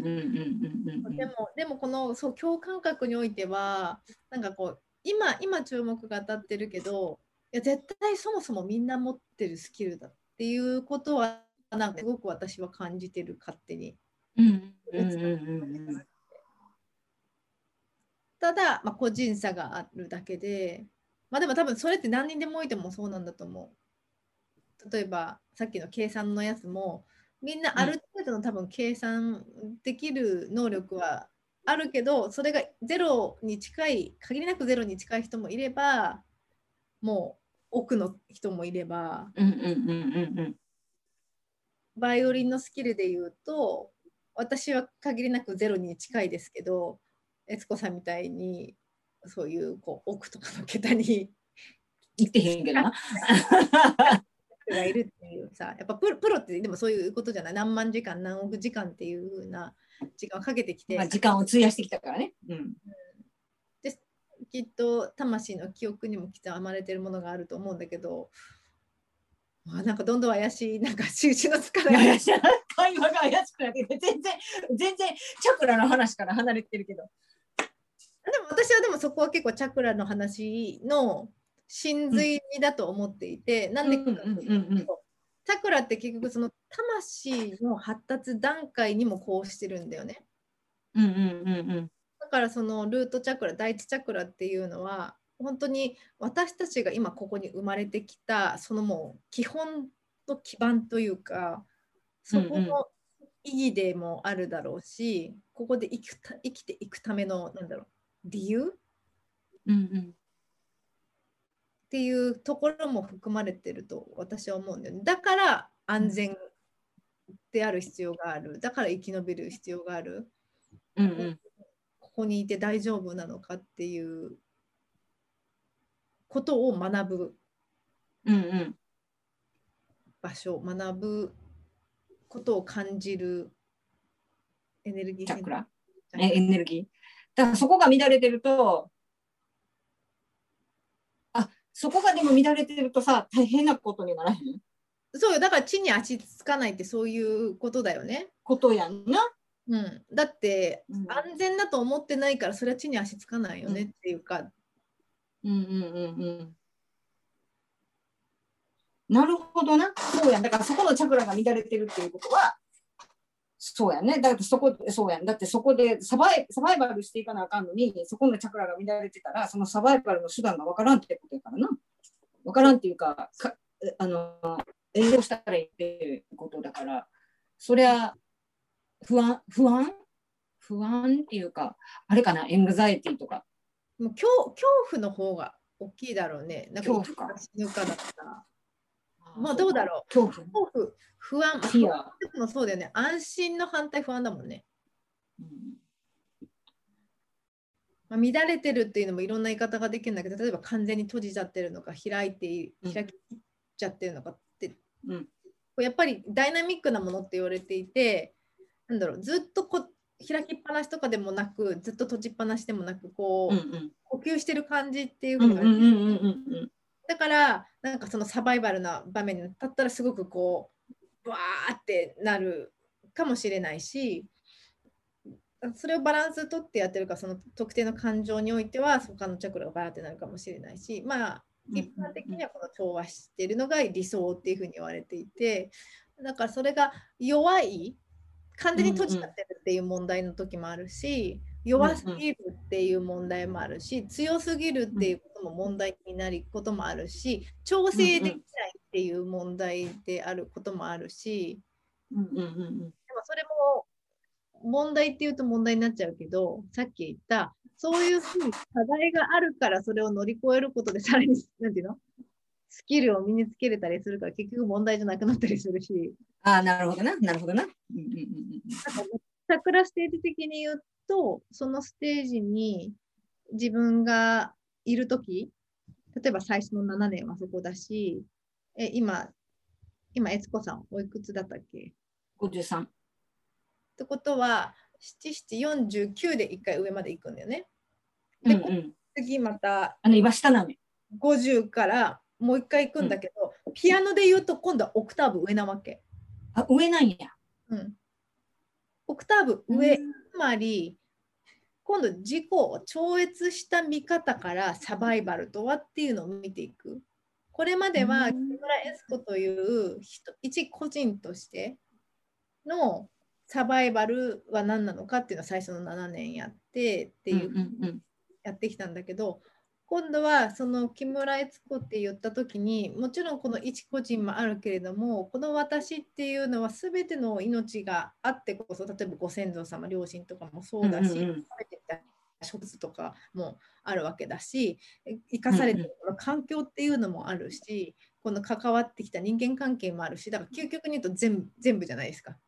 でもこの共感覚においてはなんかこう今注目が当たってるけど、いや絶対そもそもみんな持ってるスキルだっていうことはなんかすごく私は感じてる、勝手に。ただ、個人差があるだけで、でも多分それって何人でもいてもそうなんだと思う。例えばさっきの計算のやつもみんなある程度の多分計算できる能力はあるけど、それがゼロに近い、限りなくゼロに近い人もいれば、もう奥の人もいれば、バイオリンのスキルで言うと私は限りなくゼロに近いですけど、悦子さんみたいにそういう奥とかの桁に行ってへんけどながいるっていうさ、やっぱプロってでもそういうことじゃない。何万時間何億時間っていう風な時間をかけてきて、 時間を費やしてきたからね。 できっと魂の記憶にも刻まれてるものがあると思うんだけど、なんかどんどん怪しい、なんか収集のつかない会話が怪しくなって全然チャクラの話から離れてるけど、 でも私はでもそこは結構チャクラの話の真髄だと思っていて、なんでかっていうと、チャクラって結局その魂の発達段階にもこうしてるんだよね。だからそのルートチャクラ、第一チャクラっていうのは本当に私たちが今ここに生まれてきたそのもう基本の基盤というか、そこの意義でもあるだろうし、ここで生きていくための理由、っていうところも含まれてると私は思うんだよね。だから安全である必要がある。だから生き延びる必要がある。ここにいて大丈夫なのかっていうことを学ぶ場所、学ぶことを感じるエネルギーチャクラ、エネルギー。だからそこが乱れてると、そこがでも乱れてるとさ、大変なことにならへん。 そうよ、だから地に足つかないってそういうことだよね。 ことやんな。 だって安全だと思ってないからそれは地に足つかないよねっていうか。 なるほどな。そうやん。だからそこのチャクラが乱れてるっていうことは、そうやね。だってそうやん。だってそこでサバイバルしていかなあかんのに、そこのチャクラが乱れてたら、そのサバイバルの手段がわからんってことやからな。わからんっていうか、遠慮したらいいっていうことだから、そりゃ不安っていうか、あれかな、エングザイティとか。 もう恐怖の方が大きいだろうね。なんか恐怖か。 死ぬかだったら。どうだろう。 恐怖、 不安。でもそうだよね。安心の反対不安だもんね。乱れてるっていうのもいろんな言い方ができるんだけど、例えば完全に閉じちゃってるのか、開きちゃってるのかって、やっぱりダイナミックなものって言われていて、ずっと開きっぱなしとかでもなく、ずっと閉じっぱなしでもなく、呼吸してる感じっていうふうに言われている。だからなんかそのサバイバルな場面に立ったらすごくバーってなるかもしれないし、それをバランス取ってやってるか、その特定の感情においては他のチャクラがバーってなるかもしれないし、一般的にはこの調和しているのが理想っていうふうに言われていて、だからそれが弱い、完全に閉じちゃってるっていう問題の時もあるし、弱すぎるっていう問題もあるし、強すぎるっていうことも問題になることもあるし、調整できないっていう問題であることもあるし、でもそれも問題っていうと問題になっちゃうけど、さっき言ったそういうふうに課題があるからそれを乗り越えることでさらになんていうのスキルを身につけれたりするから結局問題じゃなくなったりするし。 あ、なるほどな、なるほどな。なんかチャクラステージ的に言うと、そのステージに自分がいるとき、例えば最初の7年はそこだし、今、悦子さん、おいくつだったっけ？ 53。 ってことは、7、7、49で1回上まで行くんだよね。で、次また、 今下なのよ。 50からもう1回行くんだけど、ピアノで言うと今度はオクターブ上なわけ。 あ、上なんや。 オクターブ上、つまり、今度自己を超越した見方からサバイバルとはっていうのを見ていく。これまでは木村エスコという一個人としてのサバイバルは何なのかっていうのを最初の7年やってっていうやってきたんだけど、今度はその木村悦子って言った時にもちろんこの一個人もあるけれども、この私っていうのは全ての命があってこそ、例えばご先祖様両親とかもそうだし、食べてた植物とかもあるわけだし、生かされてる環境っていうのもあるし、この関わってきた人間関係もあるし、だから究極に言うと全部じゃないですか。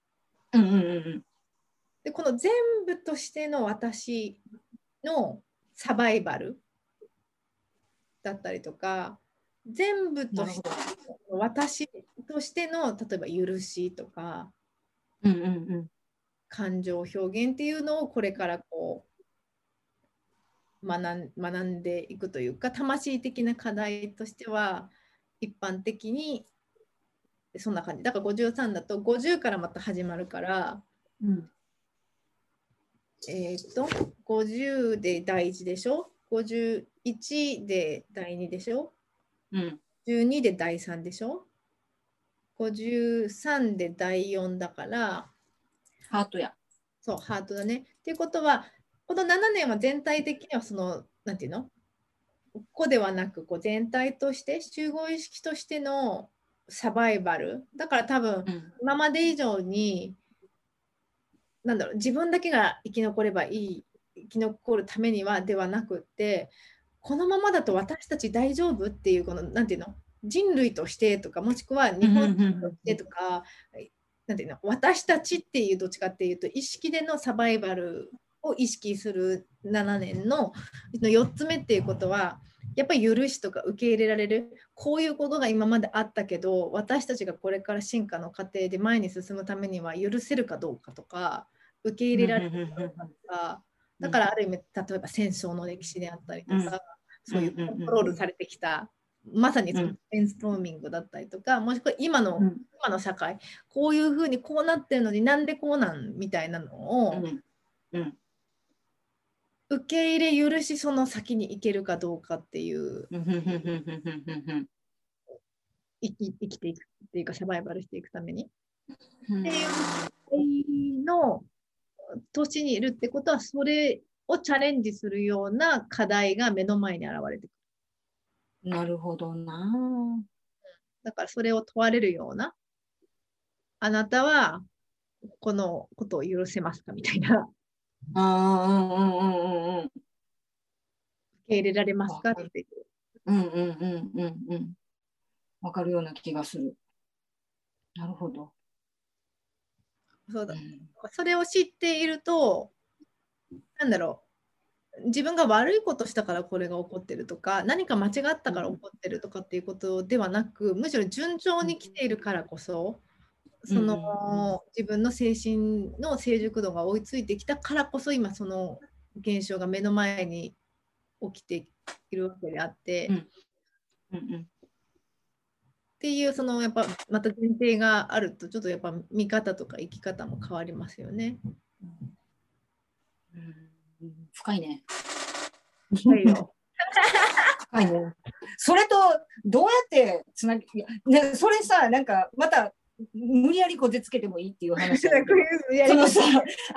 でこの全部としての私のサバイバルだったりとか、全部として私としての例えば許しとか、感情表現っていうのをこれからこう学んでいくというか、魂的な課題としては一般的にそんな感じだから、53だと50からまた始まるから、50で第1でしょ、51で第2でしょ、12で第3でしょ、53で第4だからハートや。 そう、ハートだね。っていうことは、この7年は全体的にはその、なんていうの、個ではなくこう全体として集合意識としてのサバイバルだから、多分今まで以上になんだろう、自分だけが生き残ればいい、生き残るためにはではなくって、このままだと私たち大丈夫っていう、このなんていうの、人類としてとか、もしくは日本人としてとか、なんていうの、私たちっていうどっちかっていうと意識でのサバイバルを意識する7年の4つ目っていうことは、やっぱり許しとか受け入れられる、こういうことが今まであったけど私たちがこれから進化の過程で前に進むためには許せるかどうかとか、受け入れられるかどうかとか、だからある意味例えば戦争の歴史であったりとか、そういうコントロールされてきたまさにそのブレインストーミングだったりとか、もしくは今の社会、こういうふうにこうなってるのになんでこうなんみたいなのを受け入れ許し、その先に行けるかどうかっていう生きていくっていうかサバイバルしていくためにっていうの年にいるってことは、それをチャレンジするような課題が目の前に現れてくる。なるほどな。 だからそれを問われるような、あなたはこのことを許せますかみたいな、受け入れられますかっていう。 わかるような気がする。なるほど。 そうだ、それを知っていると、なんだろう、自分が悪いことしたからこれが起こってるとか、何か間違ったから起こってるとかっていうことではなく、むしろ順調に来ているからこそ、その自分の精神の成熟度が追いついてきたからこそ、今その現象が目の前に起きているわけであって、っていう、そのやっぱまた前提があると、ちょっとやっぱ見方とか生き方も変わりますよね。 深いね。 深いよ。 深いね。それとどうやってつなぎ、ね、それさ、なんかまた無理やりこじつけてもいいっていう話。そのさ、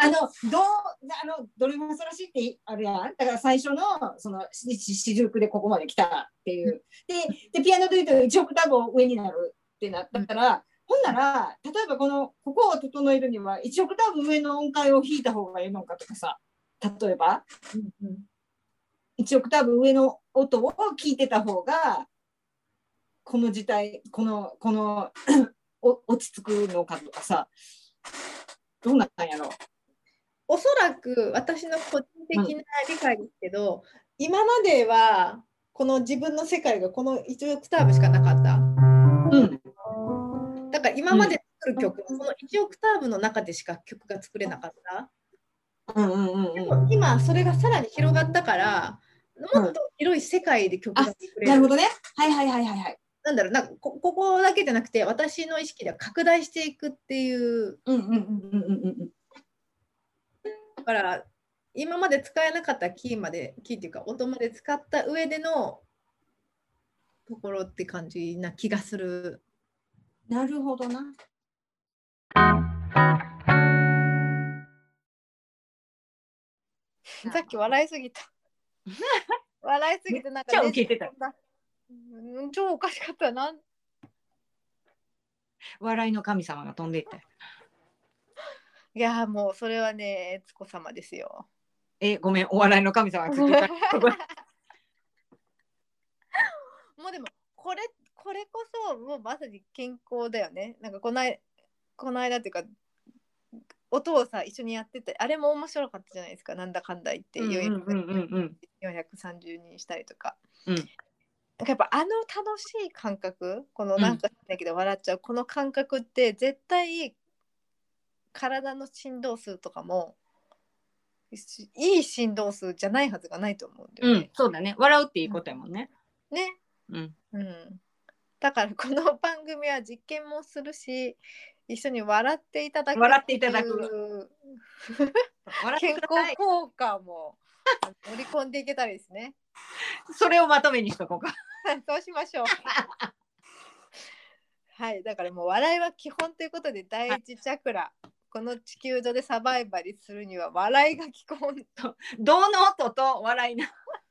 ドレマソラシってあるやん。だから最初のその私塾でここまで来たっていう。でピアノで言うと1オクターブ上になるってなったら、ほんなら例えばここを整えるには1オクターブ上の音階を弾いた方がいいのかとかさ。 例えば、 うんうん、 1オクターブ上の音を聞いてた方がこの事態この落ち着くのかとかさ、どうなんやろう。 おそらく私の個人的な理解ですけど、今まではこの自分の世界がこの1オクターブしかなかった。だから今まで作る曲はこの1オクターブの中でしか曲が作れなかった。でも今それがさらに広がったからもっと広い世界で曲が作れる。 なるほどね。はいはいはいはいはい。 なんだろうな、ここだけじゃなくて私の意識では拡大していくっていう。だから今まで使えなかったキーっていうか音まで使った上でのところって感じな気がする。 なるほどな。 さっき笑いすぎた。笑いすぎてなんか超受けてた。 超おかしかったな。 笑いの神様が飛んでいった。 いやもうそれはね、悦子様ですよ。 ごめん、お笑いの神様がついてた。 もうでもこれこそもうまさに健康だよね。なんかこの間っていうか音をさ一緒にやってて、あれも面白かったじゃないですか。なんだかんだ言って430人したりとか、やっぱあの楽しい感覚、このなんかだけど笑っちゃうこの感覚って絶対体の振動数とかもいい振動数じゃないはずがないと思うんだよね。 そうだね。笑うっていいことやもんね。 ね。だからこの番組は実験もするし、一緒に笑っていただく健康効果も盛り込んでいけたらですね。 それをまとめにしとこうか。 そうしましょう。はい、だからもう笑いは基本ということで、第一チャクラ、この地球上でサバイバルするには笑いが基本と。 銅の音と笑いな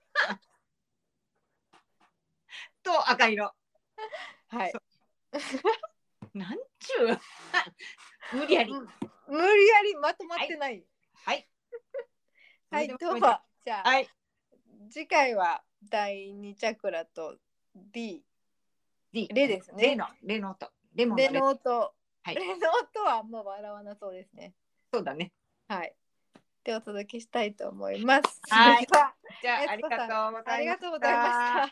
と赤色。 はい。 なんちゅう無理やりまとまってない。 はい。 はい、どうも。じゃあ、次回は第2チャクラと D。レですね。 レの音。 レの音。レの音はあんま笑わなそうですね。 そうだね。 はい。でお届けしたいと思います。 はい。じゃあありがとうございました。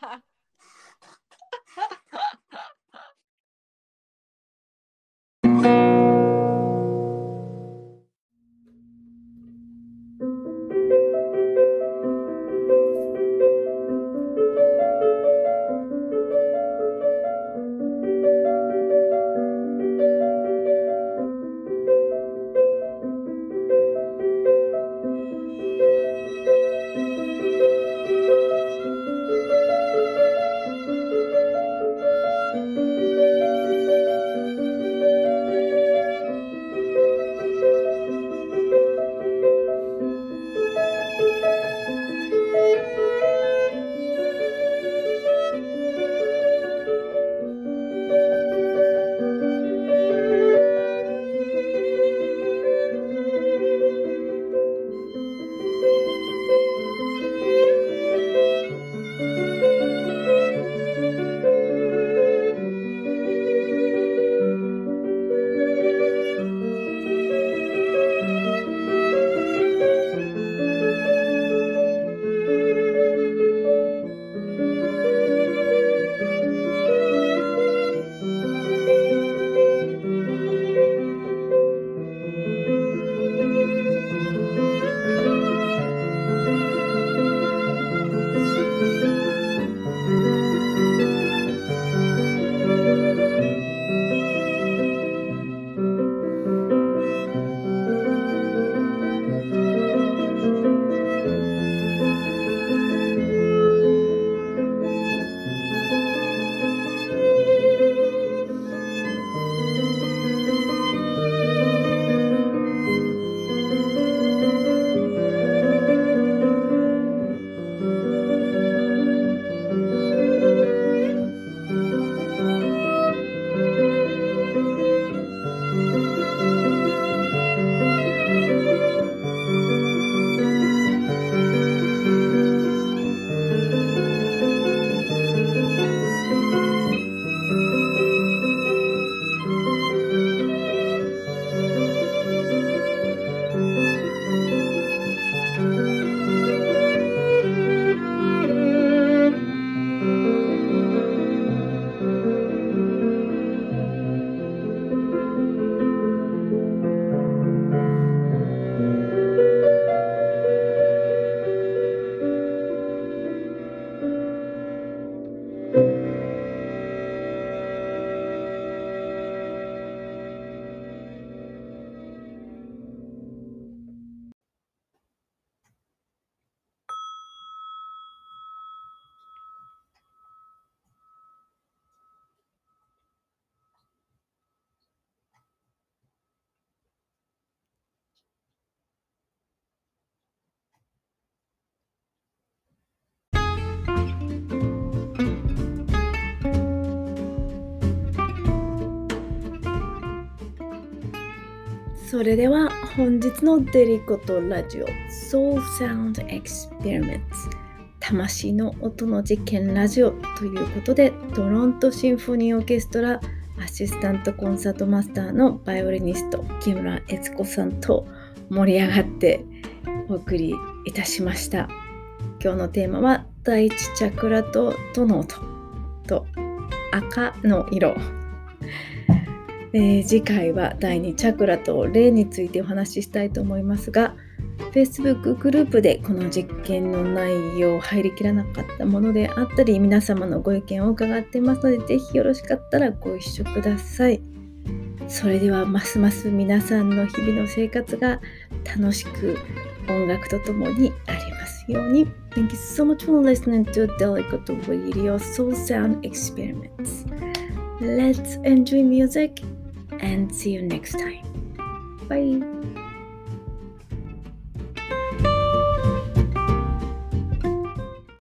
それでは本日のデリコとラジオ Soul Sound Experiments 魂の音の実験ラジオということで、トロントシンフォニーオーケストラアシスタントコンサートマスターのバイオリニスト木村悦子さんと盛り上がってお送りいたしました。今日のテーマは第一チャクラとどの音と赤の色。次回は第2チャクラと霊についてお話ししたいと思いますが、 Facebook グループでこの実験の内容入りきらなかったものであったり、皆様のご意見を伺っていますので、ぜひよろしかったらご一緒ください。それではますます皆さんの日々の生活が楽しく音楽とともにありますように。 Thank you so much for listening to Delicato Radio Soul Sound Experiments. Let's enjoy music and see you next time. Bye.